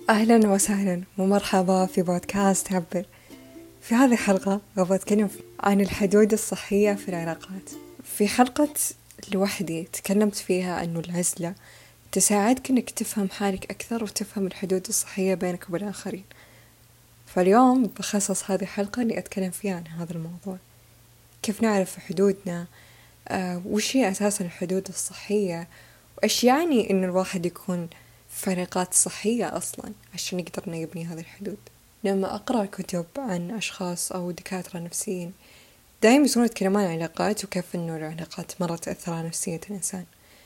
أهلا وسهلا ومرحبا في بودكاست هبل. في هذه الحلقة أبغى أتكلم عن الحدود الصحية في العلاقات. في حلقة لوحدي تكلمت فيها أنه العزلة تساعدك أنك تفهم حالك أكثر وتفهم الحدود الصحية بينك وبين الآخرين. فاليوم بخصص هذه الحلقة اللي أتكلم فيها عن هذا الموضوع، كيف نعرف حدودنا، وش هي أساسا الحدود الصحية، وإيش يعني إنه الواحد يكون في علاقات صحية أصلا عشان يقدر إنه يبني هذه الحدود. لما أقرأ كتب عن أشخاص أو دكاترة نفسيين دايم يصيرون يتكلمون عن العلاقات وكيف إنه العلاقات مرة تأثر على نفسية الإنسان.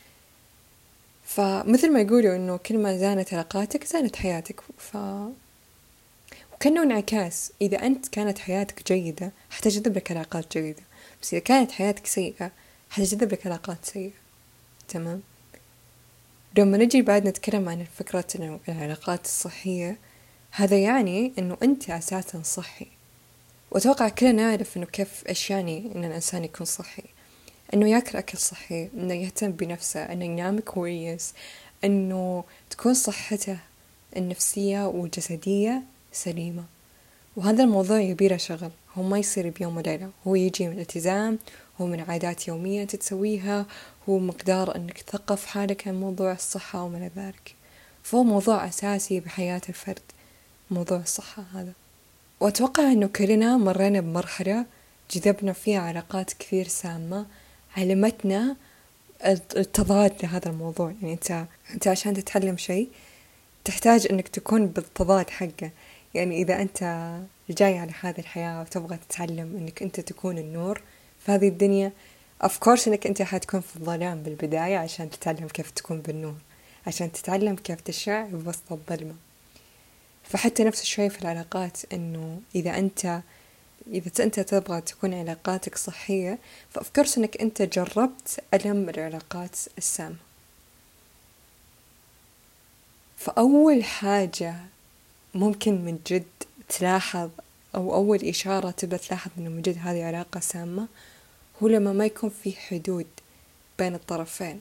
فمثل ما يقولوا إنه كل ما زانت علاقاتك زانت حياتك، وكأنه انعكاس. إذا أنت كانت حياتك جيدة حتجذب لك علاقات جيدة، بس إذا كانت حياتك سيئة حتجذب لك علاقات سيئة. تمام؟ لما نجي بعد نتكلم عن فكرة إنه العلاقات الصحية، هذا يعني إنه أنت أساسا صحي. وأتوقع كلنا نعرف إنه إيش يعني إن الإنسان يكون صحي، إنه يأكل أكل صحي، إنه يهتم بنفسه، إنه ينام كويس، إنه تكون صحته النفسية والجسدية سليمة. وهذا الموضوع يبيله شغل، هو ما يصير بيوم وليلة، هو يجي من الالتزام، هو من عادات يومية تتسويها، هو مقدار أنك تثقف حالك عن موضوع الصحة وما ذلك. فهو موضوع أساسي بحياة الفرد، موضوع الصحة هذا. وأتوقع أنه كلنا مرينا بمرحلة جذبنا فيها علاقات كثير سامة علمتنا التضاد لهذا الموضوع. يعني أنت عشان تتعلم شيء تحتاج أنك تكون بالتضاد حقه. يعني إذا أنت جاي على هذه الحياة وتبغى تتعلم أنك أنت تكون النور في هذه الدنيا، of course أنك أنت حتكون في الظلام بالبداية عشان تتعلم كيف تكون بالنور، عشان تتعلم كيف تشع بوسط الظلمة. فحتى نفس الشيء في العلاقات، أنه إذا أنت تبغى تكون علاقاتك صحية، فof course أنك أنت جربت ألم العلاقات السامة. فأول حاجة ممكن من جد تلاحظ، أو أول إشارة تبدأ تلاحظ إنه من جد هذه علاقة سامة، هو لما ما يكون في حدود بين الطرفين.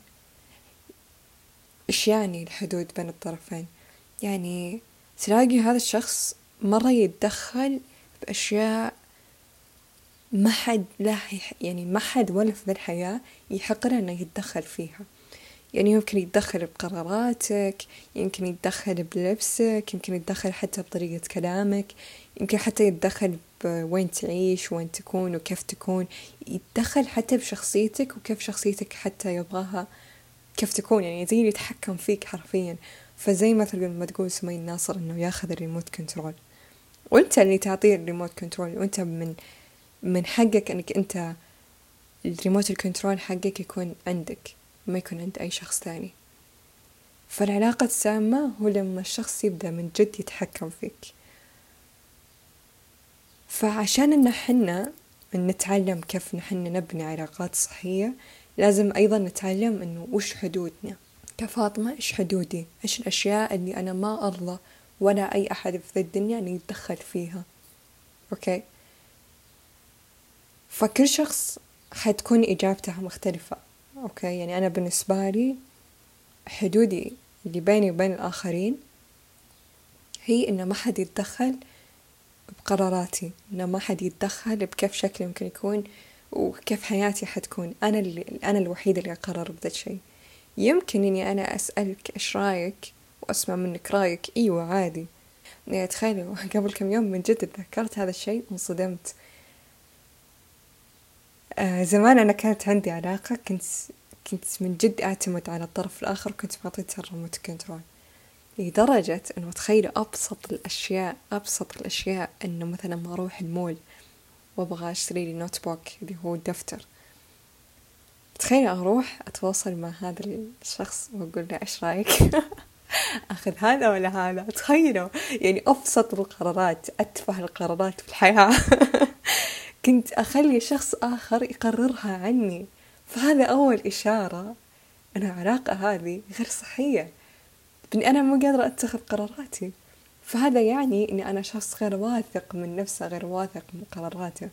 إيش يعني الحدود بين الطرفين؟ يعني تلاقي هذا الشخص مرة يتدخل بأشياء ما حد له، يعني ما حد ولا في ذا الحياة يحق له إنه يتدخل فيها. يعني يمكن يتدخل بقراراتك، يمكن يتدخل بلبسك، يمكن يتدخل حتى بطريقة كلامك، يمكن حتى يتدخل بوين تعيش وين تكون وكيف تكون، يتدخل حتى بشخصيتك وكيف شخصيتك حتى يبغاها كيف تكون. يعني زي اللي يتحكم فيك حرفيا. فزي مثلا ما تقول سمي الناصر إنه ياخذ الريموت كنترول، وانت اللي تعطيه الريموت كنترول، وانت من حقك انك انت الريموت الكنترول حقك يكون عندك، ما يكون عند أي شخص ثاني. فالعلاقة السامة هو لما الشخص يبدأ من جد يتحكم فيك. فعشان إن حنا نتعلم كيف نحن نبني علاقات صحية، لازم أيضا نتعلم إنه وش حدودنا. كفاطمة إيش حدودي، إيش الأشياء اللي أنا ما أرضى ولا أي أحد في الدنيا أن يتدخل فيها. أوكي، فكل شخص حتكون إجابته مختلفة. أوكي، يعني أنا بالنسبة لي حدودي اللي بيني وبين الآخرين هي إن ما حد يتدخل بقراراتي، إن ما حد يتدخل بكيف شكلي ممكن يكون وكيف حياتي حتكون. أنا الوحيدة اللي أقرر بذا الشيء. يمكن إني أنا أسألك إيش رأيك وأسمع منك رأيك، إيوة عادي. يعني تخيلوا قبل كم يوم من جد تذكرت هذا الشيء وانصدمت. زمان أنا كانت عندي علاقة، كنت من جد أعتمد على الطرف الآخر، وكنت معطيته الريموت كنترول لدرجة أنه تخيل أبسط الأشياء أنه مثلا ما أروح المول وأبغى أشتري لي نوت بوك اللي هو الدفتر، تخيل أروح أتواصل مع هذا الشخص وأقول له إيش رأيك أخذ هذا ولا هذا. تخيلوا يعني أبسط القرارات، أتفه القرارات في الحياة كنت أخلي شخص آخر يقررها عني. فهذا أول إشارة أن العلاقة هذه غير صحية، بني أنا مو قادرة أتخذ قراراتي. فهذا يعني أني أنا شخص غير واثق من نفسه، غير واثق من قراراته،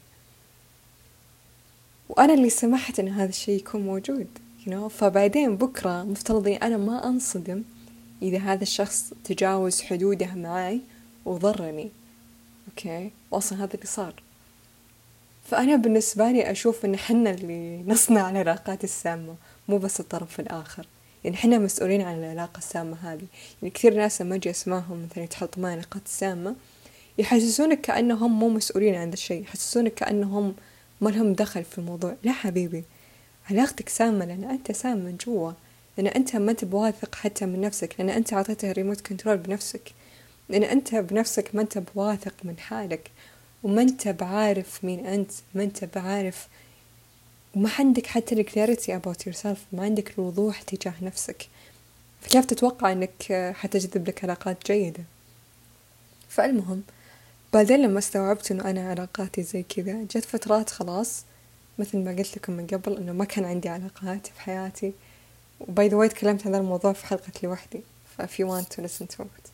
وأنا اللي سمحت أن هذا الشيء يكون موجود. فبعدين بكرة مفترض أنا ما أنصدم إذا هذا الشخص تجاوز حدوده معي وضرني. أوكي، وأصلا هذا اللي صار. فأنا بالنسبة لي أشوف إن حنا اللي نصنع العلاقات السامة، مو بس الطرف الآخر. يعني حنا مسؤولين عن العلاقة السامة هذه. يعني كثير ناس لما أجي أسمعهم مثلا يتحطوا مع علاقات سامة يحسسونك كأنهم مو مسؤولين عن ذا الشيء، يحسسونك كأنهم ما لهم دخل في الموضوع. لا حبيبي، علاقتك سامة لأن أنت سام من جوا، لأن أنت ما أنت بواثق حتى من نفسك، لأن أنت عطيتها ريموت كنترول بنفسك، لأن أنت بنفسك ما أنت بواثق من حالك، وما أنت بعارف مين أنت، ما أنت بعارف، وما عندك حتى الكلاريتي about yourself، ما عندك الوضوح تجاه نفسك. فكيف تتوقع أنك حتجذب لك علاقات جيدة؟ فالمهم بعدين لما استوعبت أنه أنا علاقاتي زي كذا، جت فترات خلاص مثل ما قلت لكم من قبل أنه ما كان عندي علاقات في حياتي. وباي ذا واي تكلمت عن هذا الموضوع في حلقة لوحدي، if you want to listen to it.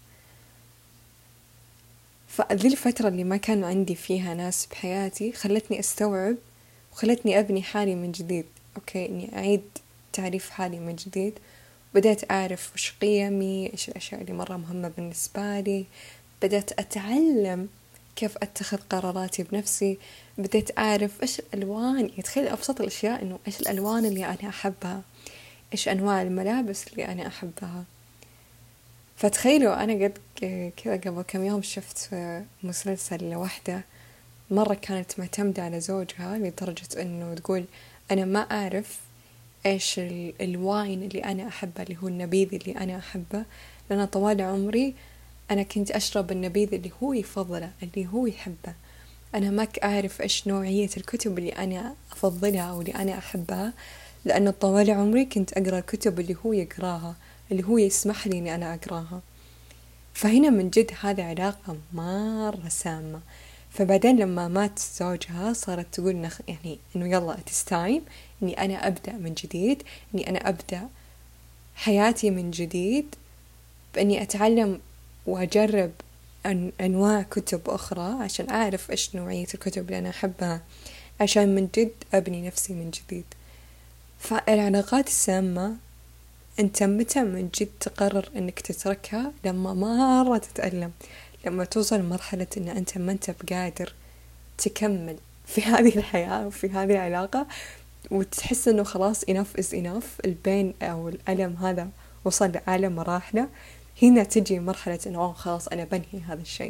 فذي الفترة اللي ما كان عندي فيها ناس بحياتي خلتني أستوعب وخلتني أبني حالي من جديد. أوكي، إني أعيد تعريف حالي من جديد. بدأت أعرف وش قيمي، إيش الأشياء اللي مرة مهمة بالنسبة لي. بدأت أتعلم كيف أتخذ قراراتي بنفسي. بدأت أعرف إيش الألوان، يتخيل أبسط الأشياء إنه إيش الألوان اللي أنا أحبها، إيش أنواع الملابس اللي أنا أحبها. فتخيلوا أنا قد كذا قبل كم يوم شفت مسلسل لوحدة مرة كانت معتمدة على زوجها لدرجة أنه تقول أنا ما أعرف إيش الواين اللي أنا أحبه، اللي هو النبيذ اللي أنا أحبه، لأن طوال عمري أنا كنت أشرب النبيذ اللي هو يفضله، اللي هو يحبه. أنا ما أعرف إيش نوعية الكتب اللي أنا أفضلها أو اللي أنا أحبها، لأن طوال عمري كنت أقرأ الكتب اللي هو يقراها، اللي هو يسمح لي أني أنا أقراها. فهنا من جد هذه علاقة مرة سامة. فبعدين لما مات زوجها صارت تقول يعني إنه يلا it's time إني أنا أبدأ من جديد، إني أنا أبدأ حياتي من جديد، بإني أتعلم وأجرب أنواع كتب أخرى عشان أعرف إيش نوعية الكتب اللي أنا أحبها، عشان من جد أبني نفسي من جديد. فالعلاقات السامة أنت متى من جد تقرر أنك تتركها؟ لما مرة تتألم، لما توصل لمرحلة أن أنت ما أنت بقادر تكمل في هذه الحياة وفي هذه العلاقة، وتحس أنه خلاص enough is enough، البين أو الألم هذا وصل لأعلى مراحله. هنا تجي مرحلة أنه خلاص أنا بنهي هذا الشيء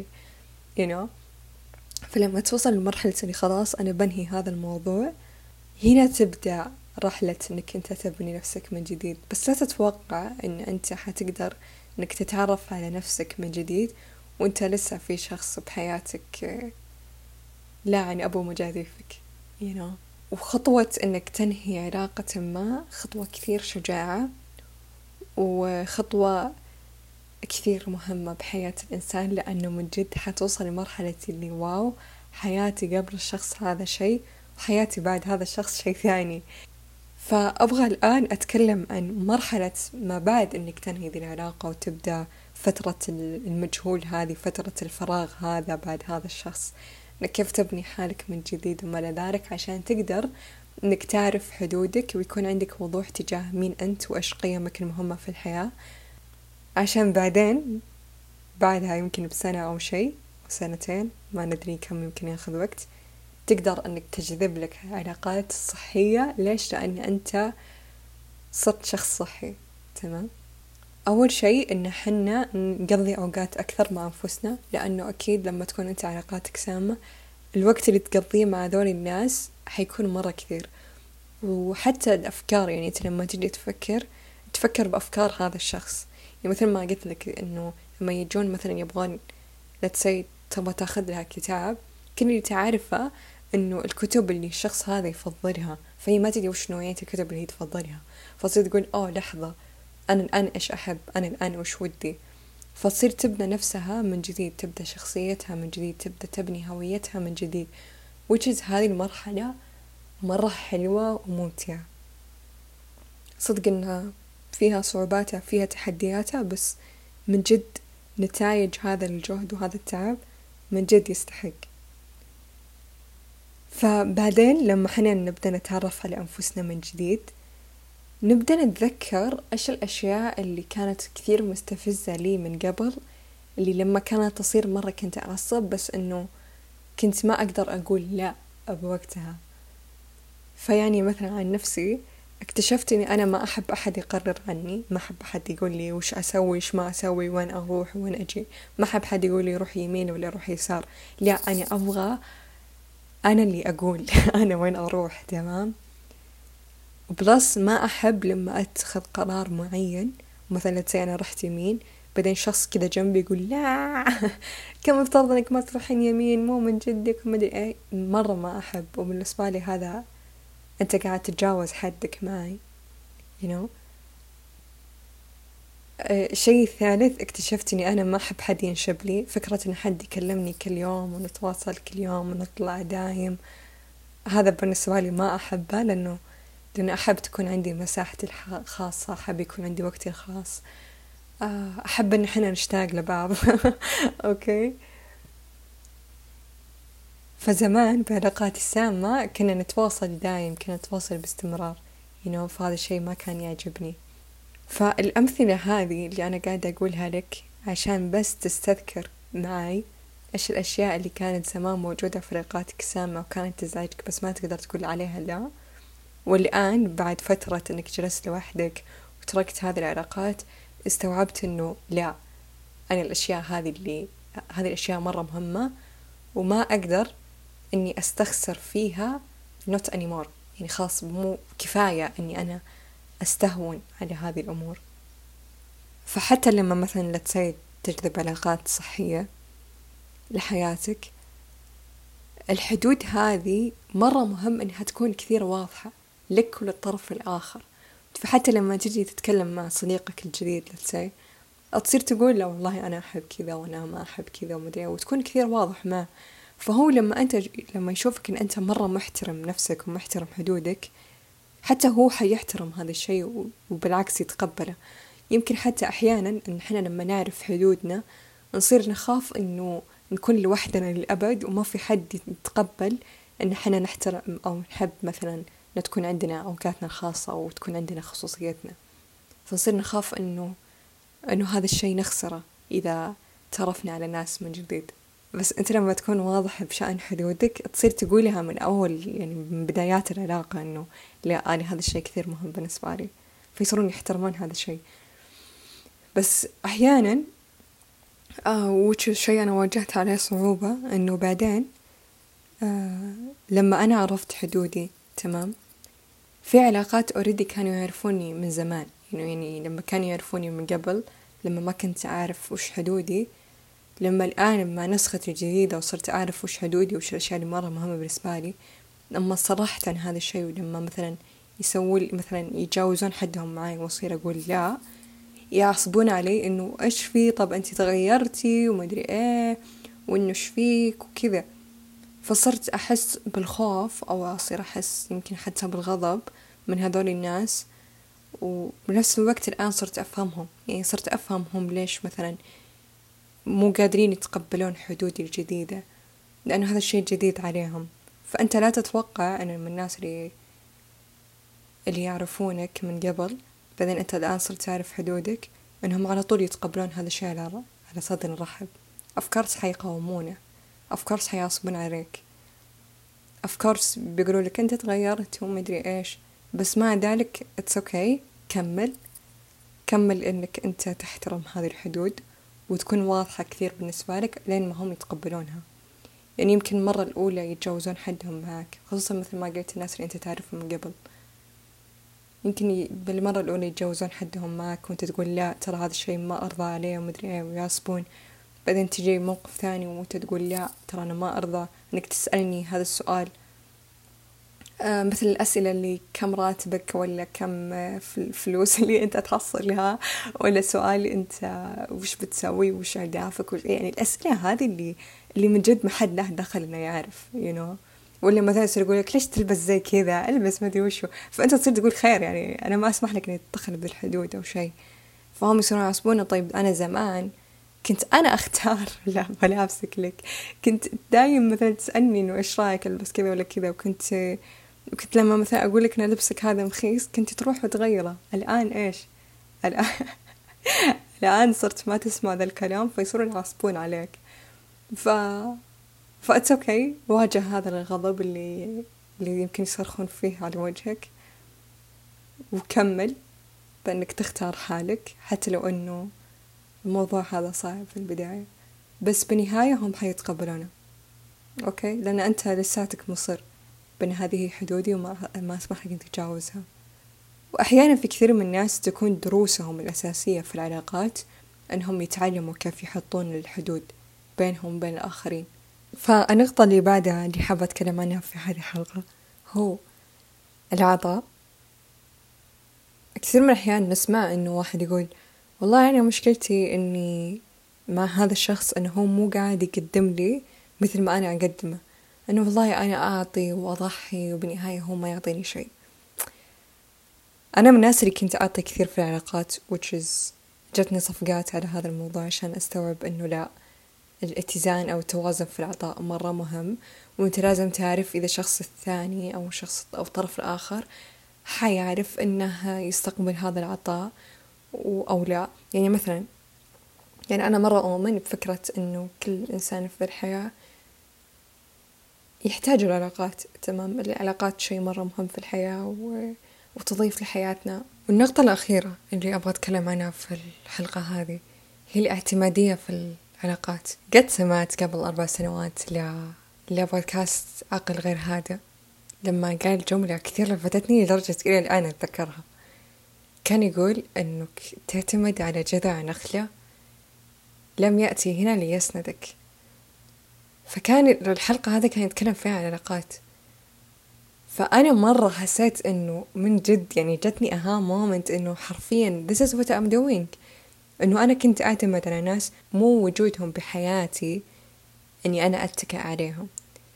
فلما توصل لمرحلة أني خلاص أنا بنهي هذا الموضوع، هنا تبدأ رحلة أنك أنت تبني نفسك من جديد. بس لا تتوقع أن أنت حتقدر أنك تتعرف على نفسك من جديد وأنت لسه في شخص بحياتك لاعن أبو مجاديفك وخطوة أنك تنهي علاقة ما خطوة كثير شجاعة، وخطوة كثير مهمة بحياة الإنسان، لأنه من جد حتوصل لمرحلة اللي واو، حياتي قبل الشخص هذا شيء وحياتي بعد هذا الشخص شيء ثاني. فأبغى الآن أتكلم عن مرحلة ما بعد أنك تنهي ذي العلاقة وتبدأ فترة المجهول هذه، فترة الفراغ هذا بعد هذا الشخص، أنك كيف تبني حالك من جديد وما لذلك، عشان تقدر أنك تعرف حدودك ويكون عندك وضوح تجاه مين أنت وإيش قيمك المهمة في الحياة، عشان بعدين بعدها يمكن بسنة أو شيء وسنتين ما ندري كم يمكن ياخذ وقت، تقدر أنك تجذب لك علاقات صحية. ليش؟ لأن أنت صرت شخص صحي. تمام. أول شيء إن حنا نقضي أوقات أكثر مع أنفسنا، لأنه أكيد لما تكون أنت علاقاتك سامة الوقت اللي تقضيه مع ذول الناس حيكون مرة كثير. وحتى الأفكار، يعني أنت لما تجي تفكر بأفكار هذا الشخص، يعني مثل ما قلت لك إنه لما يجون مثلا يبغون تبغى تاخذ لها كتاب، كل اللي تعرفه إنه الكتب اللي الشخص هذا يفضلها، فهي ما تدري وش نوعية الكتب اللي هي تفضلها، فتصير تقول لحظة أنا الآن إيش أحب، أنا الآن وش ودي، فتصير تبنى نفسها من جديد، تبدأ شخصيتها من جديد، تبدأ تبني هويتها من جديد. هذه المرحلة مرة حلوة وممتعة. صدق إنها فيها صعوباتها، فيها تحدياتها، بس من جد نتائج هذا الجهد وهذا التعب من جد يستحق. فبعدين لما حنا نبدأ نتعرف على أنفسنا من جديد، نبدأ نتذكر إيش الأشياء اللي كانت كثير مستفزة لي من قبل، اللي لما كانت تصير مرة كنت أعصب، بس إنه كنت ما أقدر أقول لا بوقتها. فيعني مثلا عن نفسي اكتشفت إني أنا ما أحب أحد يقرر عني، ما أحب أحد يقول لي وش أسوي وش ما أسوي، وين أروح وين أجي، ما أحب حد يقول لي روح يمين ولا روح يسار، لا أنا أبغى أنا اللي أقول أنا وين أروح. تمام. بلس ما أحب لما أتخذ قرار معين، مثلا تسي أنا رحت يمين بعدين شخص كذا جنبي يقول لا كم افترض انك ما تروحين يمين، مو من جدك وما ادري ايه، مرة ما احب. وبالنسبة لي هذا انت قاعد تتجاوز حدك معي you know. الشيء الثالث اكتشفت اني انا ما احب حد ينشب لي، فكرة ان حد يكلمني كل يوم ونتواصل كل يوم ونطلع دايم، هذا بالنسبة لي ما احبه، لانه احب تكون عندي مساحتي الخاصة، احب يكون عندي وقتي الخاص، احب ان احنا نشتاق لبعض اوكي. فزمان بعلاقاتي السامة كنا نتواصل دايم، كنا نتواصل باستمرار you know. فهذا الشيء ما كان يعجبني. فالأمثلة هذه اللي أنا قاعدة أقولها لك عشان بس تستذكر معي إيش الأشياء اللي كانت زمان موجودة في علاقاتك السامة وكانت تزعجك بس ما تقدر تقول عليها لا، والآن بعد فترة أنك جلست لوحدك وتركت هذه العلاقات استوعبت أنه لا، أنا الأشياء هذه الأشياء مرة مهمة وما أقدر أني أستخسر فيها not anymore، يعني خلاص مو كفاية أني أنا أستهون على هذه الأمور. فحتى لما مثلا لا تسيد تجذب علاقات صحية لحياتك، الحدود هذه مرة مهم أنها تكون كثير واضحة لك وللطرف الآخر. فحتى لما تجي تتكلم مع صديقك الجديد لتسي تصير تقول له والله أنا أحب كذا وأنا ما أحب كذا ومدري، وتكون كثير واضح معه. فهو لما يشوفك إن أنت مرة محترم نفسك ومحترم حدودك، حتى هو حيحترم هذا الشيء وبالعكس يتقبله. يمكن حتى أحيانا إن إحنا لما نعرف حدودنا نصير نخاف إنه نكون لوحدنا للأبد وما في حد يتقبل إن إحنا نحترم أو نحب مثلا تكون عندنا أوقاتنا الخاصة أو تكون عندنا خصوصيتنا، فنصير نخاف إنه هذا الشيء نخسره إذا تعرفنا على ناس من جديد. بس أنت لما تكون واضح بشأن حدودك تصير تقولها من أول، يعني من بدايات العلاقة، إنه لا أنا هذا الشيء كثير مهم بالنسبة لي، فيصيرون يحترمون هذا الشيء. بس أحيانا وش الشيء أنا واجهت عليه صعوبة إنه بعدين لما أنا عرفت حدودي تمام، في علاقات أوريدي كانوا يعرفوني من زمان، يعني لما كانوا يعرفوني من قبل، لما ما كنت أعرف وش حدودي، لما الآن مع نسختي الجديدة وصرت أعرف وش حدودي وش الأشياء اللي مرة مهمة بالنسبة لي، لما صرحت عن هذا الشيء ولما مثلا يسووا مثلا يتجاوزون حدهم معي وأصير أقول لا، يعصبون علي إنه إيش في، طب أنتي تغيرتي وما أدري إيه وإنه إيش فيك وكذا. فصرت أحس بالخوف أو أصير أحس يمكن حتى بالغضب من هذول الناس، وبنفس الوقت الآن صرت أفهمهم، يعني صرت أفهمهم ليش مثلا مو قادرين يتقبلون حدودي الجديدة، لأنه هذا الشيء جديد عليهم. فأنت لا تتوقع أن من الناس اللي يعرفونك من قبل بعدين أنت الآن صرت تعرف حدودك أنهم على طول يتقبلون هذا الشيء على صدر رحب. أفكار حيقاومونه، أفكار حيعصبون عليك، أفكار بيقولوا لك أنت تغيرت وما أدري إيش، بس مع ذلك it's okay، كمل إنك أنت تحترم هذه الحدود وتكون واضحة كثير بالنسبة لك لين ما هم يتقبلونها. يعني يمكن المرة الأولى يتجاوزون حدهم معك، خصوصا مثل ما قلت الناس اللي أنت تعرفهم من قبل، يمكن بالمرة الأولى يتجاوزون حدهم معك وأنت تقول لا ترى هذا الشيء ما أرضى عليه ومدري إيه ويعصبون. بعدين تجي موقف ثاني وأنت تقول لا ترى أنا ما أرضى إنك تسألني هذا السؤال، مثل الأسئلة اللي كم راتبك ولا كم الفلوس اللي أنت تحصلها، ولا سؤال أنت وش بتسوي وش أهدافك، يعني الأسئلة هذه اللي من جد ما حد له دخل إنه يعرف you know. ولا مثلا يصير يقولك ليش تلبس زي كذا، البس ما أدري وشو، فأنت تصير تقول خير يعني أنا ما أسمح لك إنك تدخل بالحدود أو شيء. فهم يصيرون يعصبون. طيب أنا زمان كنت أنا أختار لا ملابسك لك، كنت دايم مثلا تسألني إنه إيش رأيك ألبس كذا ولا كذا، وكنت كنت لما مثلا أقول لك أن لبسك هذا مخيس كنت تروح وتغيره. الآن إيش؟ الآن الآن صرت ما تسمع ذا الكلام فيصيروا يعصبون عليك. فأتس أوكي، واجه هذا الغضب اللي يمكن يصرخون فيه على وجهك، وكمل بأنك تختار حالك حتى لو أنه الموضوع هذا صعب في البداية، بس بالنهاية هم حيتقبلونه. أوكي، لأن أنت لساتك مصر بأن هذه حدودي وما أسمح لك أن تتجاوزها. وأحيانا في كثير من الناس تكون دروسهم الأساسية في العلاقات أنهم يتعلموا كيف يحطون الحدود بينهم وبين الآخرين. فالنقطة اللي بعدها اللي حابة أتكلم عنها في هذه الحلقة هو العطاء. كثير من الأحيان نسمع أنه واحد يقول والله أنا مشكلتي أني مع هذا الشخص أنه هو مو قاعد يقدم لي مثل ما أنا أقدمه، أنه والله أنا أعطي وأضحي وبالنهاية هو ما يعطيني شيء. أنا من الناس اللي كنت أعطي كثير في العلاقات جتني صفقات على هذا الموضوع عشان أستوعب أنه لا، الاتزان أو التوازن في العطاء مرة مهم، وأنت لازم تعرف إذا الشخص الثاني أو الطرف الآخر حيعرف أنه يستقبل هذا العطاء أو لا. يعني مثلا أنا مرة أؤمن بفكرة أنه كل إنسان في الحياة يحتاج العلاقات. تمام، العلاقات شيء مرة مهم في الحياة وتضيف لحياتنا. والنقطة الأخيرة اللي أبغى أتكلم عنها في الحلقة هذه هي الاعتمادية في العلاقات. قد سمعت قبل 4 سنوات لبودكاست عقل غير هذا لما قال جملة كثير لفتتني لدرجة إلى الآن أتذكرها. كان يقول أنك تعتمد على جذع نخلة لم يأتي هنا ليسندك. فكان الحلقة هذا كان يتكلم فيها عن العلاقات، فأنا مرة حسيت أنه من جد جتني مومنت أنه حرفيا this is what I'm doing. أنه أنا كنت أعتمد على ناس مو وجودهم بحياتي أني أنا أتكئ عليهم،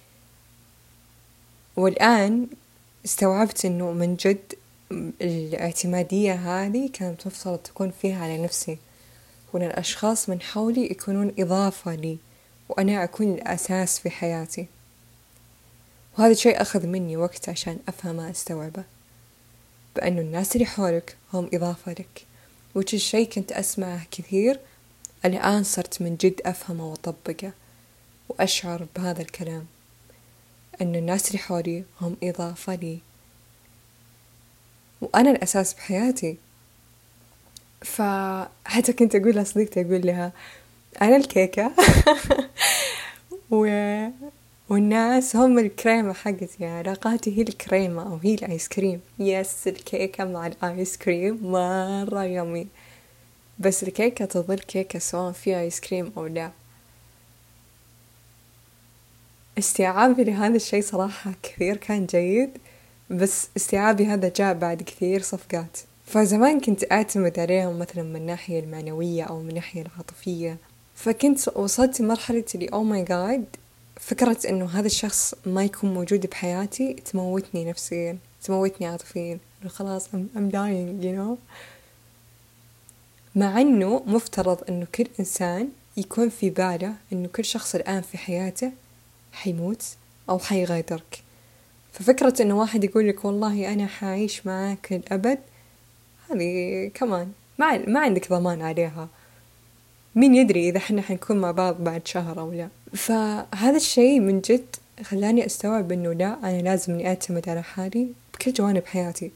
والآن استوعبت أنه من جد الاعتمادية هذه كانت مفترض تكون فيها على نفسي، وأن الأشخاص من حولي يكونون إضافة لي وأنا أكون الأساس في حياتي. وهذا الشيء أخذ مني وقت عشان أفهم أستوعبه، بأنه الناس اللي حولك هم إضافة لك. وش الشيء كنت أسمعه كثير، الآن صرت من جد أفهمه وأطبقه وأشعر بهذا الكلام، أن الناس اللي حولي هم إضافة لي وأنا الأساس بحياتي. فحتى كنت أقول لصديقتي أقول لها أنا الكيكة والناس هم الكريمة حقتي، علاقاتي هي الكريمة أو هي الآيس كريم. يس، الكيكة مع الآيس كريم مرة يمي، بس الكيكة تظل كيكة سواء فيها آيس كريم أو لا. استيعابي لهذا الشيء صراحة كثير كان جيد، بس استيعابي هذا جاء بعد كثير صفقات. فزمان كنت أعتمد عليهم مثلا من الناحية المعنوية أو من الناحية العاطفية، فكنت وصلت مرحلة اللي أو ماي جاد فكرة إنه هذا الشخص ما يكون موجود بحياتي تموتني نفسيا، تموتني عاطفيا، إنه خلاص I'm dying you know. مع إنه مفترض إنه كل إنسان يكون في باله إنه كل شخص الآن في حياته حيموت أو حيغادرك. ففكرة إنه واحد يقول لك والله أنا حعيش معاك للأبد، هذه كمان ما عندك ضمان عليها. مين يدري إذا حنا حنكون مع بعض بعد شهر أو لا. فهذا الشيء من جد خلاني أستوعب إنه لا، أنا لازم إني أعتمد على حالي بكل جوانب حياتي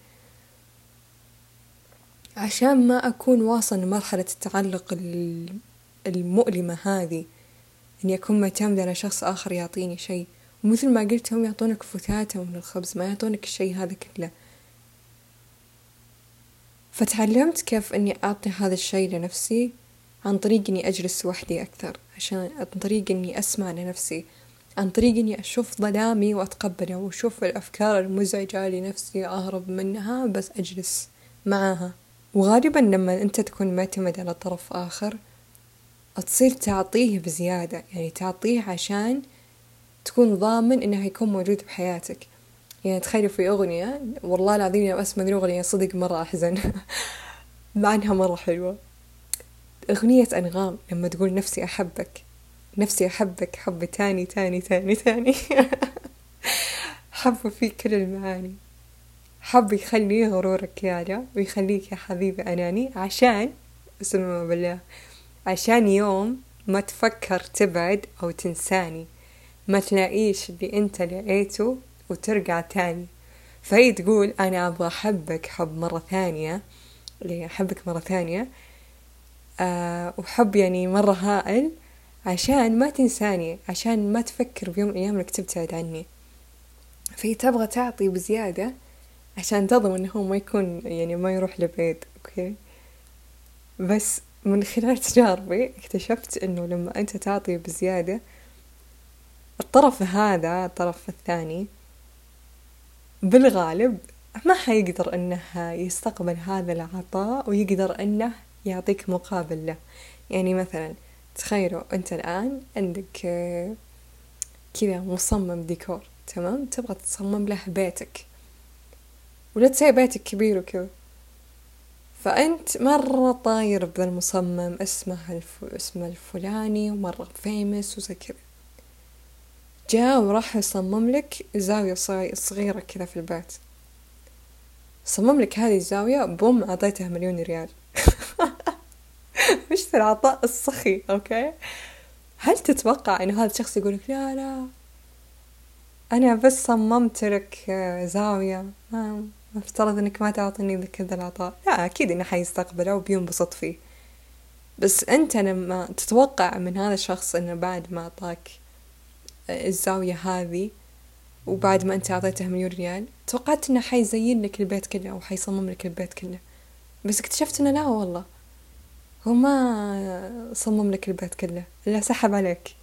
عشان ما أكون واصل لمرحلة التعلق المؤلمة هذه، إني أكون معتمد على شخص آخر يعطيني شيء. ومثل ما قلت هم يعطونك فتاتة من الخبز، ما يعطونك الشيء هذا كله. فتعلمت كيف إني أعطي هذا الشيء لنفسي عن طريق إني أجلس وحدي أكثر، عن طريق إني أسمع لنفسي، عن طريق إني أشوف ظلامي وأتقبله، وأشوف الأفكار المزعجة لنفسي أهرب منها بس أجلس معها. وغالبا لما أنت تكون معتمد على طرف آخر تصير تعطيه بزيادة، تعطيه عشان تكون ضامن إنه هيكون موجود بحياتك. تخيلوا في أغنية والله العظيم لما أسمع الأغنية صدق مرة أحزن مع إنها مرة حلوة، أغنية أنغام لما تقول نفسي أحبك، نفسي أحبك حب تاني تاني تاني تاني حب فيه كل المعاني، حب يخلي غرورك يالا ويخليك يا حبيبي أناني، عشان اسمع بالله، عشان يوم ما تفكر تبعد أو تنساني ما تلاقيش اللي انت لقيته وترجع تاني. فهي تقول أنا أبغى أحبك حب مرة ثانية، اللي أحبك مرة ثانية وحب يعني مرة هائل، عشان ما تنساني، عشان ما تفكر بيوم من الأيام إنك تبتعد عني. فهي تبغى تعطي بزيادة عشان تضمن إنه ما يكون يعني ما يروح لبعيد. أوكي، بس من خلال تجاربي اكتشفت إنه لما أنت تعطي بزيادة الطرف هذا الطرف الثاني بالغالب ما حيقدر إنه يستقبل هذا العطاء ويقدر إنه يعطيك مقابل له. يعني مثلا تخيلوا أنت الآن عندك كذا مصمم ديكور، تمام، تبغى تصمم له بيتك، ولا تسوي بيتك كبير وكذا، فأنت مرة طاير بذا المصمم اسمه الفلاني ومرة فيمس وزي كذا، جاء وراح يصمم لك زاوية صغيرة كذا في البيت، صمم لك هذه الزاوية بوم أعطيته 1,000,000 ريال. مش العطاء السخي. أوكي، هل تتوقع إنه هذا الشخص يقولك لا لا أنا بس صممت لك زاوية، ما افترض إنك ما تعطيني كذا العطاء؟ لا، أكيد إنه حيستقبله وبينبسط فيه. بس أنت لما تتوقع من هذا الشخص إنه بعد ما أعطاك الزاوية هذه وبعد ما أنت أعطيته 1,000,000 ريال توقعت إنه حيزين لك البيت كله أو حيصمم لك البيت كله، بس اكتشفت إنه لا والله هو ما صمم لك البيت كله إلا سحب عليك،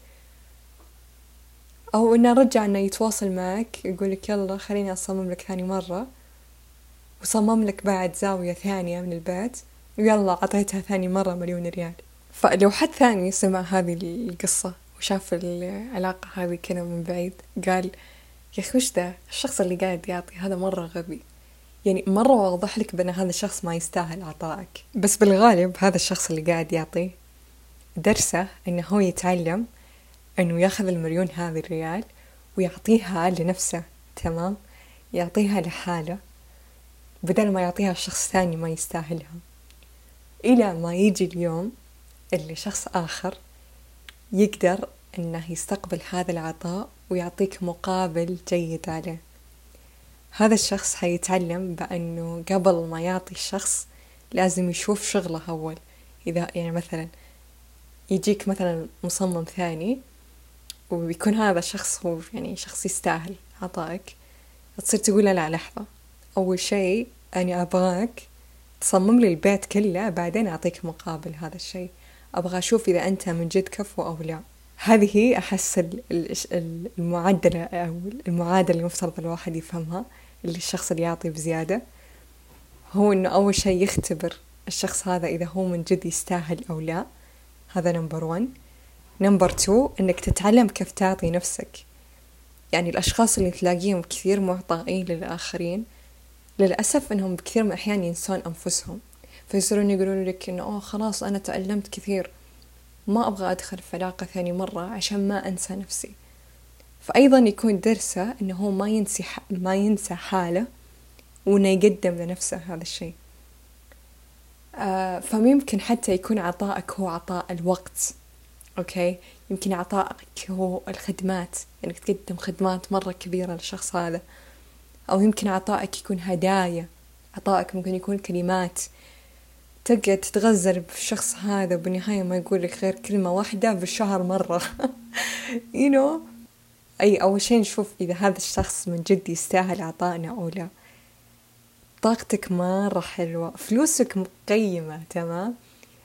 أو إنه رجع إنه يتواصل معك يقولك يلا خليني أصمم لك ثاني مرة، وصمم لك بعد زاوية ثانية من البيت ويلا عطيتها ثاني مرة 1,000,000 ريال. فلو حد ثاني سمع هذه القصة وشاف العلاقة هذه كذا من بعيد قال يا أخي وش ذا الشخص اللي قاعد يعطي هذا مرة غبي، يعني مرة واضح لك بأن هذا الشخص ما يستاهل عطائك. بس بالغالب هذا الشخص اللي قاعد يعطي درسه إنه هو يتعلم إنه ياخذ 1,000,000 هذه الريال ويعطيها لنفسه، تمام، يعطيها لحاله بدل ما يعطيها الشخص ثاني ما يستاهلها، إلى ما يجي اليوم اللي شخص آخر يقدر إنه يستقبل هذا العطاء ويعطيك مقابل جيد عليه. هذا الشخص حيتعلم بأنه قبل ما يعطي الشخص لازم يشوف شغله أول. إذا يعني مثلا يجيك مثلا مصمم ثاني ويكون هذا الشخص هو يعني شخص يستاهل عطائك، تصير تقول لا لحظة، أول شيء أنا أبغاك تصمم لي البيت كله بعدين أعطيك مقابل هذا الشيء، أبغى أشوف إذا أنت من جد كفو أو لا. هذه أحس المعادلة أو المعادلة اللي مفترض الواحد يفهمها، اللي الشخص اللي يعطي بزيادة هو إنه أول شيء يختبر الشخص هذا إذا هو من جد يستاهل أو لا، هذا نمبر 1. نمبر 2 إنك تتعلم كيف تعطي نفسك. يعني الأشخاص اللي تلاقيهم كثير معطائين للآخرين للأسف إنهم بكثير من الأحيان ينسون أنفسهم، فيصيرون يقولون لك إنه خلاص أنا تعلمت كثير ما أبغى أدخل في علاقة ثاني مرة عشان ما أنسى نفسي. فأيضا يكون درسه إنه هو ما ينسى حاله وإنه يقدم لنفسه هذا الشيء. فممكن حتى يكون عطائك هو عطاء الوقت، أوكي، يمكن عطائك هو الخدمات، إنك تقدم خدمات مرة كبيرة للشخص هذا، أو يمكن عطائك يكون هدايا، عطائك ممكن يكون كلمات تقعد تتغزل بالشخص هذا وبالنهاية ما يقول لك غير كلمة واحدة بالشهر مرة. أي أول شيء نشوف إذا هذا الشخص من جد يستاهل عطائنا أو لا. طاقتك مرة حلوة، فلوسك مقيمة، تمام،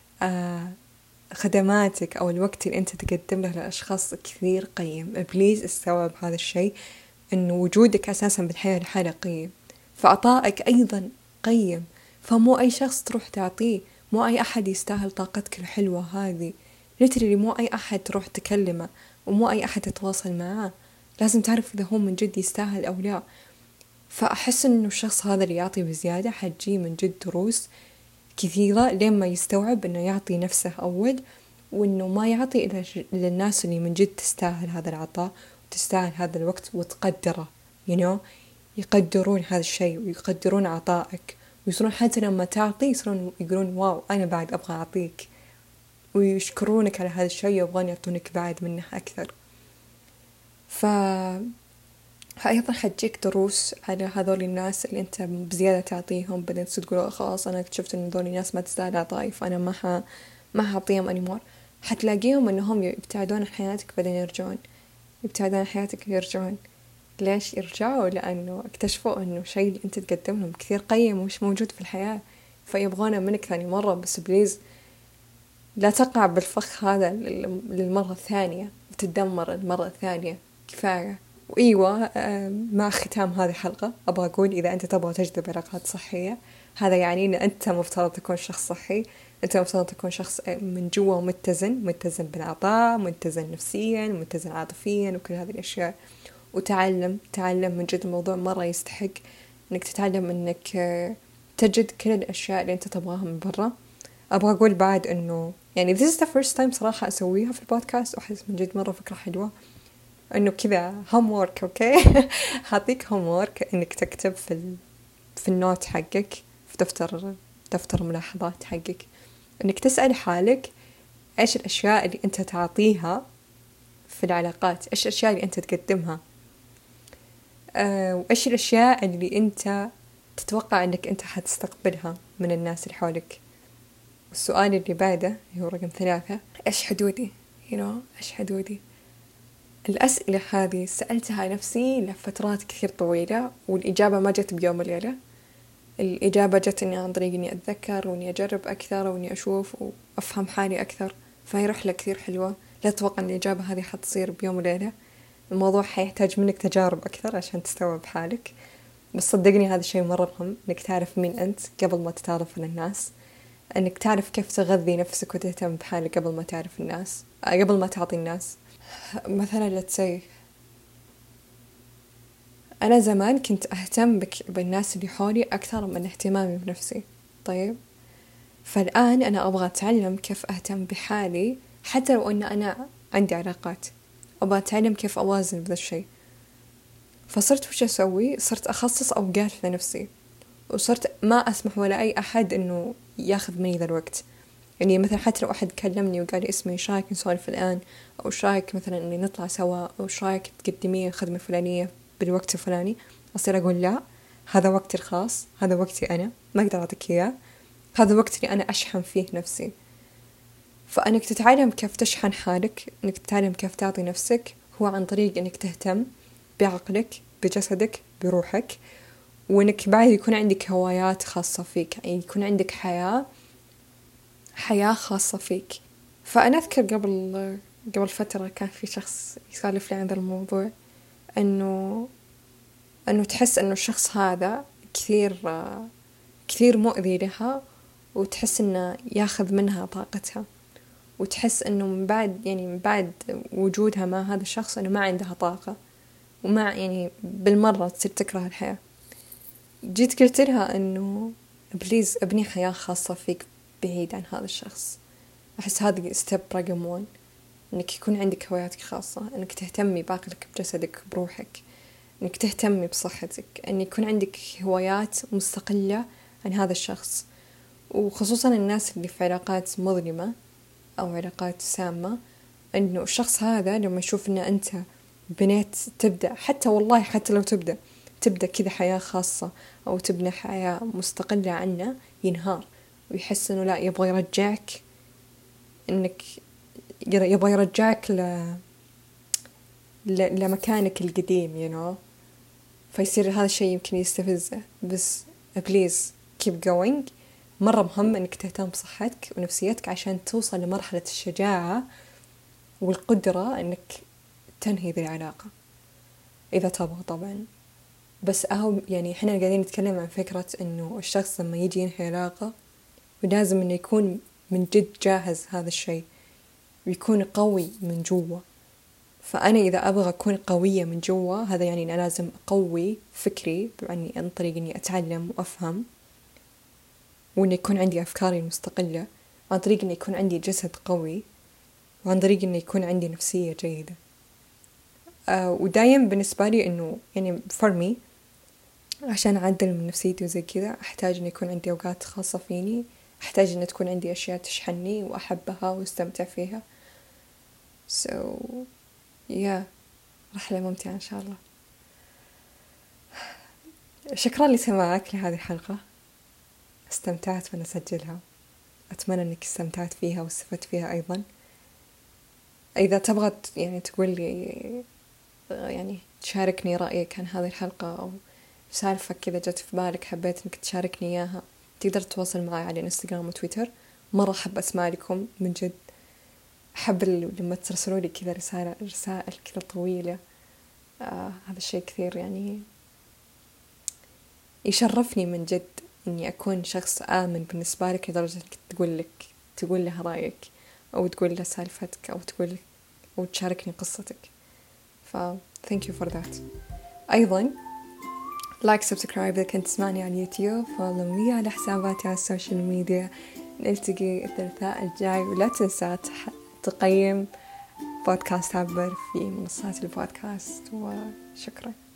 خدماتك أو الوقت اللي أنت تقدم له للأشخاص كثير قيم. بليز استوعب هذا الشيء، إنه وجودك أساسا بالحياة لحاله قيم، فعطائك أيضا قيم. فمو أي شخص تروح تعطيه، مو أي أحد يستاهل طاقتك الحلوة هذه، ليترلي مو أي أحد تروح تكلمه ومو أي أحد تتواصل معه، لازم تعرف إذا هو من جد يستاهل أو لا. فأحس إنه الشخص هذا اللي يعطي بزيادة حتجي من جد دروس كثيرة لين ما يستوعب إنه يعطي نفسه أول، وإنه ما يعطي إلا للناس اللي من جد تستاهل هذا العطاء وتستاهل هذا الوقت وتقدره يقدرون هذا الشيء ويقدرون عطائك، ويصيرون حتى لما تعطي يصيرون يقولون واو أنا بعد أبغى أعطيك، ويشكرونك على هذا الشيء ويبغون يعطونك بعد منه أكثر. أيضا حتجيك دروس على هذول الناس اللي أنت بزيادة تعطيهم، بعدين تقول خلاص أنا اكتشفت إن هذول الناس ما تستاهل عطاي فأنا ما هعطيهم أنيمور. حتلاقيهم إنهم يبتعدون عن حياتك بعدين يرجعون، يبتعدون عن حياتك ويرجعون. ليش يرجعوا؟ لأنه اكتشفوا إنه شيء اللي أنت تقدم لهم كثير قيم ومش موجود في الحياة، فيبغونه منك ثاني مرة. بس بليز لا تقع بالفخ هذا للمرة الثانية وتدمر المرة الثانية، كفاية. وإيوه مع ختام هذه الحلقة أبغى أقول إذا أنت تبغى تجذب علاقات صحية، هذا يعني أن أنت مفترض تكون شخص صحي، أنت مفترض تكون شخص من جوا متزن بالعطاء، متزن نفسيا، متزن عاطفيا، وكل هذه الأشياء. وتعلم من جد الموضوع مرة يستحق أنك تتعلم أنك تجد كل الأشياء اللي أنت تبغاها من برا. أبغى أقول بعد أنه يعني this is the first time صراحة أسويها في البودكاست، وأحس من جد مرة فكرة حلوة أنه كذا homework. أوكي هعطيك homework أنك تكتب في النوت حقك، في دفتر ملاحظات حقك، أنك تسأل حالك إيش الأشياء اللي أنت تعطيها في العلاقات، إيش الأشياء اللي أنت تقدمها، وإيش الأشياء اللي أنت تتوقع أنك أنت حتستقبلها من الناس اللي حولك. والسؤال اللي بعده هو رقم 3، إيش حدودي؟ إيش حدودي؟ الأسئلة هذه سألتها نفسي لفترات كثير طويلة، والإجابة ما جت بيوم وليلة. الإجابة جت عن طريق إني أتذكر وإني أجرب أكثر وإني أشوف وأفهم حالي أكثر. فهي رحلة كثير حلوة، لا تتوقع أن الإجابة هذه حتصير بيوم وليلة. الموضوع حيحتاج منك تجارب أكثر عشان تستوعب حالك. بس صدقني هذا الشيء مرة مهم، إنك تعرف مين أنت قبل ما تتعرف على الناس، إنك تعرف كيف تغذي نفسك وتهتم بحالك قبل ما تعرف الناس، قبل ما تعطي الناس. مثلا let's say أنا زمان كنت أهتم بالناس اللي حولي أكثر من اهتمامي بنفسي. طيب فالآن أنا أبغى أتعلم كيف أهتم بحالي، حتى لو أن أنا عندي علاقات أبغى أتعلم كيف أوازن بذا الشيء. فصرت وش أسوي؟ صرت أخصص أوقات لنفسي، وصرت ما أسمح ولا أي أحد إنه ياخذ مني ذا الوقت. يعني مثلا حتى لو أحد كلمني وقال لي اسمي إيش رايك نسولف الآن، أو إيش رايك مثلا إني نطلع سوا، أو إيش رايك تقدمي الخدمة الفلانية بالوقت الفلاني، أصير أقول لا، هذا وقتي الخاص، هذا وقتي أنا، ما أقدر أعطيك إياه، هذا وقت اللي أنا أشحن فيه نفسي. فأنك تتعلم كيف تشحن حالك، أنك تتعلم كيف تعطي نفسك، هو عن طريق أنك تهتم بعقلك، بجسدك، بروحك، وأنك بعد يكون عندك هوايات خاصة فيك، يعني يكون عندك حياة خاصة فيك. فأنا أذكر قبل فترة كان في شخص يسالف لي عن ذا الموضوع، أنه تحس أنه الشخص هذا كثير مؤذي لها، وتحس أنه ياخذ منها طاقتها، وتحس أنه من بعد وجودها مع هذا الشخص أنه ما عندها طاقة، وما يعني بالمرة تصير تكره الحياة. جيت قلت لها أنه بليز ابني حياة خاصة فيك بعيد عن هذا الشخص. أحس هذه ستيب رقم 1، أنك يكون عندك هواياتك خاصة، أنك تهتمي بعقلك، بجسدك، بروحك، أنك تهتمي بصحتك، أن يكون عندك هوايات مستقلة عن هذا الشخص. وخصوصا الناس اللي في علاقات مظلمة أو علاقات سامة، أنه الشخص هذا لما يشوف أن أنت بنيت تبدأ، حتى والله حتى لو تبدأ كذا حياة خاصة أو تبني حياة مستقلة عنه، ينهار ويحس أنه لا، يبغى يرجعك، أنك يبغى يرجعك لمكانك القديم فيصير هذا الشيء يمكن يستفزه. بس بليز keep going. مرة مهم أنك تهتم بصحتك ونفسيتك عشان توصل لمرحلة الشجاعة والقدرة أنك تنهي ذي العلاقة إذا تبغى طبعا. بس يعني إحنا قاعدين نتكلم عن فكرة أنه الشخص لما يجي ينهي علاقة ولازم أنه يكون من جد جاهز هذا الشيء، ويكون قوي من جوا. فأنا إذا أبغى أكون قوية من جوا، هذا يعني أنا لازم أقوي فكري عن طريق أني أتعلم وأفهم، وأن يكون عندي أفكاري المستقلة، عن طريق أن يكون عندي جسد قوي، وعن طريق أن يكون عندي نفسية جيدة. ودايم بالنسبة لي إنه يعني for me عشان أعدل من نفسيتي وزي كذا أحتاج إن يكون عندي أوقات خاصة فيني، أحتاج إن تكون عندي أشياء تشحنني وأحبها واستمتع فيها. so yeah رحلة ممتعة إن شاء الله. شكرا لسماعك لهذه الحلقة، استمتعت وأنا أسجلها، أتمنى أنك استمتعت فيها واستفدت فيها أيضا. إذا تبغى يعني تقول لي يعني تشاركني رأيك عن هذه الحلقة أو سالفة كذا جت في بالك حبيت أنك تشاركني إياها، تقدر تتواصل معي على الانستغرام وتويتر. مرة أحب أسمع لكم من جد، أحب لما ترسلوا لي كذا رسائل كذا طويلة. هذا الشيء كثير يعني يشرفني من جد إني أكون شخص آمن بالنسبة لك لدرجة إنك تقول لها رأيك أو تقول لها سالفتك أو تشاركني قصتك. thank you for that. أيضا لايك سبسكرايب إذا كنت تسمعني على اليوتيوب، فولو مي على حساباتي على السوشيال ميديا. نلتقي الثلاثاء الجاي، ولا تنسى تقيم بودكاست عبر في منصات البودكاست. وشكرا.